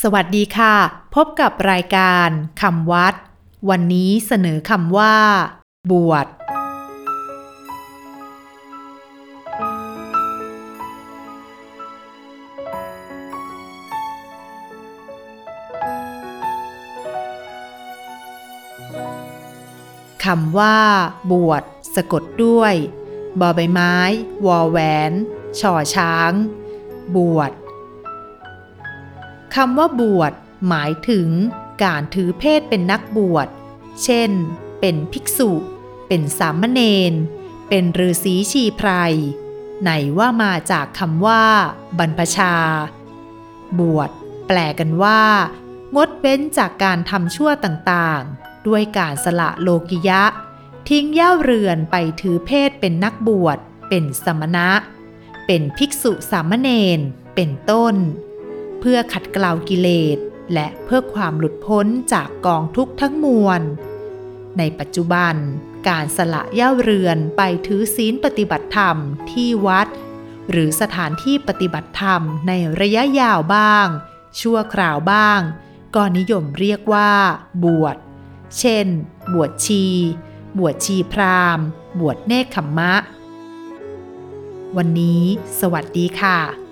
สวัสดีค่ะพบกับรายการคำวัดวันนี้เสนอคำว่าบวชคำว่าบวชสะกดด้วยบอใบไม้วอแหวนชอช้างบวชคำว่าบวชหมายถึงการถือเพศเป็นนักบวชเช่นเป็นภิกษุเป็นสามเณรเป็นฤาษีชีไพรไหนว่ามาจากคำว่าบรรพชาบวชแปลกันว่างดเว้นจากการทำชั่วต่างๆด้วยการสละโลกิยะทิ้งเหย้าเรือนไปถือเพศเป็นนักบวชเป็นสมณะเป็นภิกษุสามเณรเป็นต้นเพื่อขัดเกลากิเลสและเพื่อความหลุดพ้นจากกองทุกข์ทั้งมวลในปัจจุบันการสละเหย้าเรือนไปถือศีลปฏิบัติธรรมที่วัดหรือสถานที่ปฏิบัติธรรมในระยะยาวบ้างชั่วคราวบ้างก็นิยมเรียกว่าบวชเช่นบวชชีบวชชีพราหมณ์บวชเนกขัมมะวันนี้สวัสดีค่ะ